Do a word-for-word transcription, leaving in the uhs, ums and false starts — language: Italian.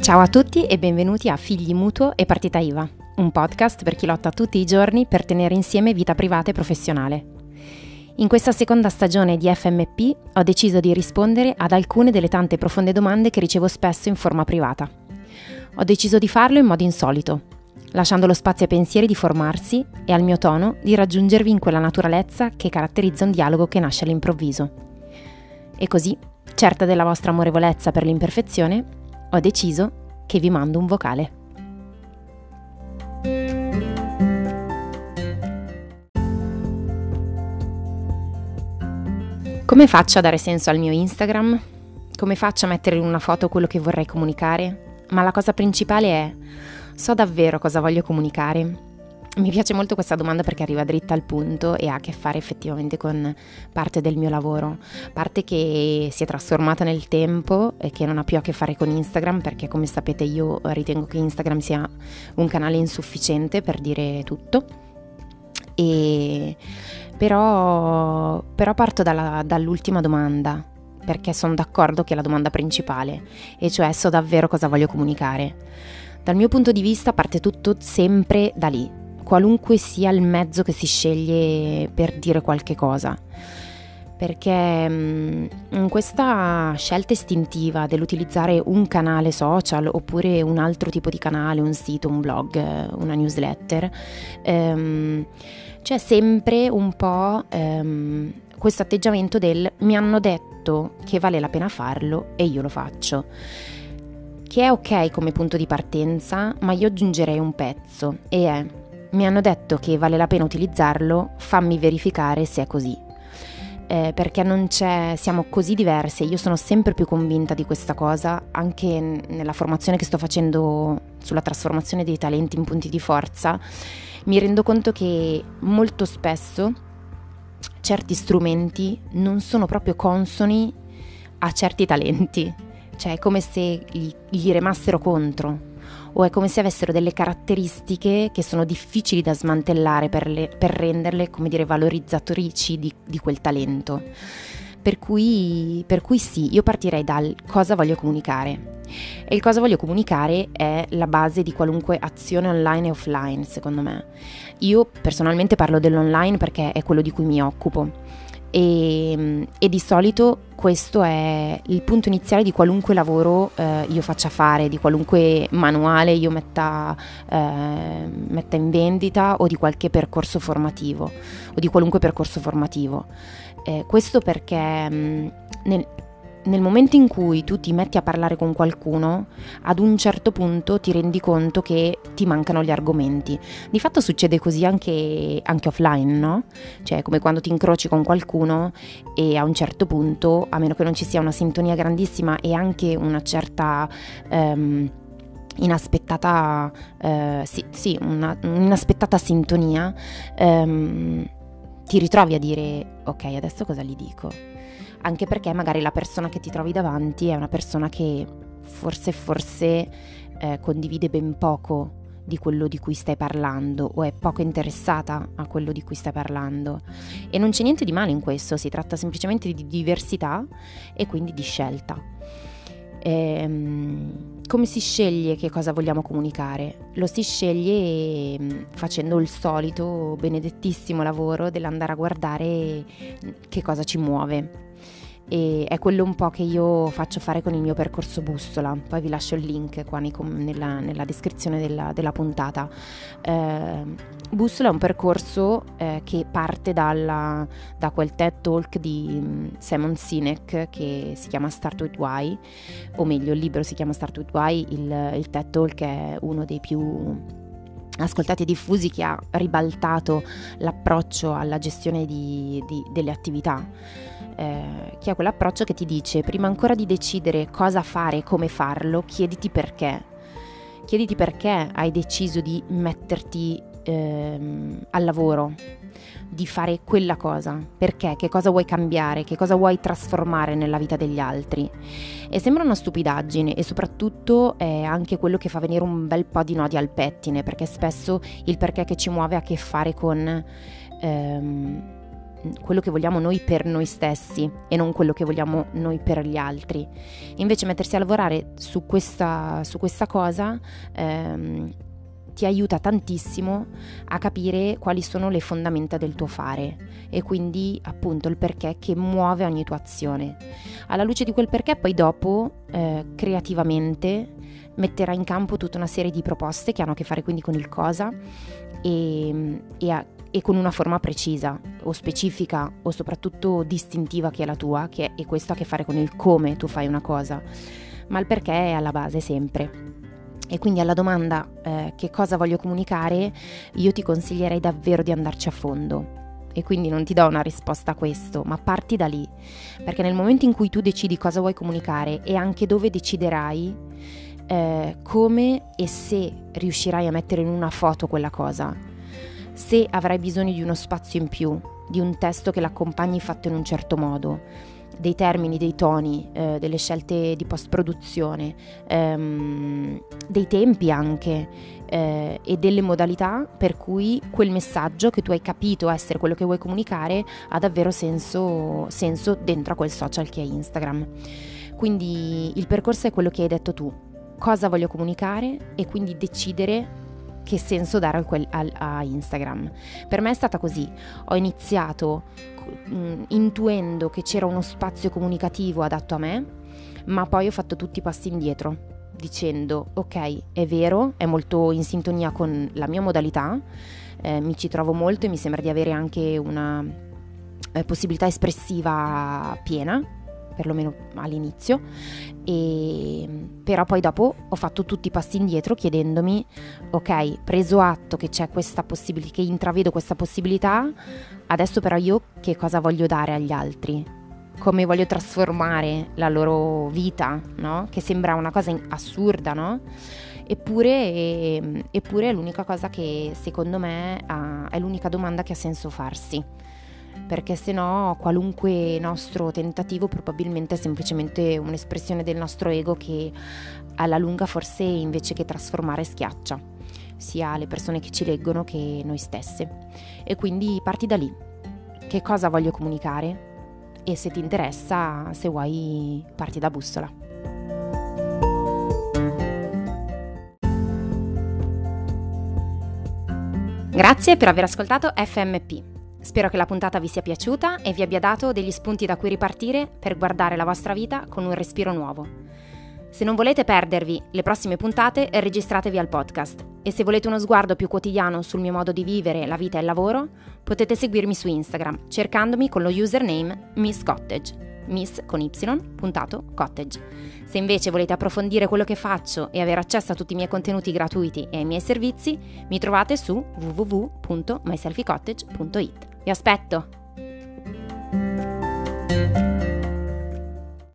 Ciao a tutti e benvenuti a Figli Mutuo e Partita I V A, un podcast per chi lotta tutti i giorni per tenere insieme vita privata e professionale. In questa seconda stagione di F M P ho deciso di rispondere ad alcune delle tante profonde domande che ricevo spesso in forma privata. Ho deciso di farlo in modo insolito, lasciando lo spazio ai pensieri di formarsi e al mio tono di raggiungervi in quella naturalezza che caratterizza un dialogo che nasce all'improvviso. E così, certa della vostra amorevolezza per l'imperfezione, ho deciso che vi mando un vocale. Come faccio a dare senso al mio Instagram? Come faccio a mettere in una foto quello che vorrei comunicare? Ma la cosa principale è: so davvero cosa voglio comunicare? Mi piace molto questa domanda perché arriva dritta al punto e ha a che fare effettivamente con parte del mio lavoro, parte che si è trasformata nel tempo e che non ha più a che fare con Instagram, perché come sapete io ritengo che Instagram sia un canale insufficiente per dire tutto. E però, però parto dalla, dall'ultima domanda, perché sono d'accordo che è la domanda principale, e cioè so davvero cosa voglio comunicare. Dal mio punto di vista parte tutto sempre da lì, qualunque sia il mezzo che si sceglie per dire qualche cosa, perché mh, in questa scelta istintiva dell'utilizzare un canale social oppure un altro tipo di canale, un sito, un blog, una newsletter, ehm, c'è sempre un po' ehm, questo atteggiamento del mi hanno detto che vale la pena farlo e io lo faccio, che è ok come punto di partenza, ma io aggiungerei un pezzo, e è: mi hanno detto che vale la pena utilizzarlo, fammi verificare se è così. Eh, perché non c'è, siamo così diverse, io sono sempre più convinta di questa cosa, anche n- nella formazione che sto facendo sulla trasformazione dei talenti in punti di forza, mi rendo conto che molto spesso certi strumenti non sono proprio consoni a certi talenti, cioè è come se gli, gli remassero contro, o è come se avessero delle caratteristiche che sono difficili da smantellare per, le, per renderle, come dire, valorizzatrici di, di quel talento. Per cui, per cui sì, io partirei dal cosa voglio comunicare. E il cosa voglio comunicare è la base di qualunque azione online e offline, secondo me. Io personalmente parlo dell'online perché è quello di cui mi occupo. E, e di solito questo è il punto iniziale di qualunque lavoro eh, io faccia fare, di qualunque manuale io metta, eh, metta in vendita, o di qualche percorso formativo o di qualunque percorso formativo. Eh, questo perché mh, nel, nel momento in cui tu ti metti a parlare con qualcuno, ad un certo punto ti rendi conto che ti mancano gli argomenti. Di fatto succede così anche, anche offline, no? Cioè come quando ti incroci con qualcuno e a un certo punto, a meno che non ci sia una sintonia grandissima e anche una certa um, inaspettata uh, sì, sì, una, un'inaspettata sintonia, um, ti ritrovi a dire ok, adesso cosa gli dico? Anche perché magari la persona che ti trovi davanti è una persona che forse forse eh, condivide ben poco di quello di cui stai parlando, o è poco interessata a quello di cui stai parlando, e non c'è niente di male in questo, si tratta semplicemente di diversità e quindi di scelta. Ehm, come si sceglie che cosa vogliamo comunicare? Lo si sceglie ehm, facendo il solito benedettissimo lavoro dell'andare a guardare che cosa ci muove. E è quello un po' che io faccio fare con il mio percorso Bussola. Poi vi lascio il link qua nei, nella, nella descrizione della, della puntata. Eh, Bussola è un percorso eh, che parte dalla, da quel TED Talk di Simon Sinek che si chiama Start With Why, o meglio il libro si chiama Start With Why, il, il TED Talk è uno dei più ascoltati e diffusi, che ha ribaltato l'approccio alla gestione di, di, delle attività. Eh, che è quell'approccio che ti dice: prima ancora di decidere cosa fare e come farlo, chiediti perché. Chiediti perché hai deciso di metterti ehm, al lavoro, di fare quella cosa, perché, che cosa vuoi cambiare, che cosa vuoi trasformare nella vita degli altri. E sembra una stupidaggine, e soprattutto è anche quello che fa venire un bel po' di nodi al pettine, perché spesso il perché che ci muove ha a che fare con ehm, quello che vogliamo noi per noi stessi e non quello che vogliamo noi per gli altri. Invece mettersi a lavorare su questa, su questa cosa ehm, ti aiuta tantissimo a capire quali sono le fondamenta del tuo fare e quindi appunto il perché che muove ogni tua azione. Alla luce di quel perché poi dopo eh, creativamente metterai in campo tutta una serie di proposte che hanno a che fare quindi con il cosa e, e, a, e con una forma precisa o specifica o soprattutto distintiva che è la tua, che è, e questo ha a che fare con il come tu fai una cosa, ma il perché è alla base sempre. E quindi alla domanda eh, che cosa voglio comunicare, io ti consiglierei davvero di andarci a fondo. E quindi non ti do una risposta a questo, ma parti da lì, perché nel momento in cui tu decidi cosa vuoi comunicare e anche dove deciderai eh, come e se riuscirai a mettere in una foto quella cosa, se avrai bisogno di uno spazio in più, di un testo che l'accompagni fatto in un certo modo, dei termini, dei toni, eh, delle scelte di post-produzione, ehm, dei tempi anche eh, e delle modalità per cui quel messaggio che tu hai capito essere quello che vuoi comunicare ha davvero senso, senso dentro a quel social che è Instagram. Quindi il percorso è quello che hai detto tu, cosa voglio comunicare e quindi decidere che senso dare al, al, a Instagram. Per me è stata così, ho iniziato mh, intuendo che c'era uno spazio comunicativo adatto a me, ma poi ho fatto tutti i passi indietro, dicendo ok, è vero, è molto in sintonia con la mia modalità, eh, mi ci trovo molto e mi sembra di avere anche una eh, possibilità espressiva piena, perlomeno all'inizio, e però poi dopo ho fatto tutti i passi indietro chiedendomi ok, preso atto che c'è questa possibilità, che intravedo questa possibilità, adesso però io che cosa voglio dare agli altri, come voglio trasformare la loro vita, no? Che sembra una cosa assurda, no? Eppure, e, eppure è l'unica cosa che secondo me ha, è l'unica domanda che ha senso farsi, perché se no qualunque nostro tentativo probabilmente è semplicemente un'espressione del nostro ego che alla lunga forse invece che trasformare schiaccia sia le persone che ci leggono che noi stesse. E quindi parti da lì, che cosa voglio comunicare, e se ti interessa, se vuoi, parti da bussola. Grazie per aver ascoltato F M P. Spero che la puntata vi sia piaciuta e vi abbia dato degli spunti da cui ripartire per guardare la vostra vita con un respiro nuovo. Se non volete perdervi le prossime puntate, registratevi al podcast e se volete uno sguardo più quotidiano sul mio modo di vivere la vita e il lavoro, potete seguirmi su Instagram cercandomi con lo username Miss Cottage, Miss con y, puntato, Cottage. Se invece volete approfondire quello che faccio e avere accesso a tutti i miei contenuti gratuiti e ai miei servizi, mi trovate su w w w punto my selfie cottage punto i t. Vi aspetto!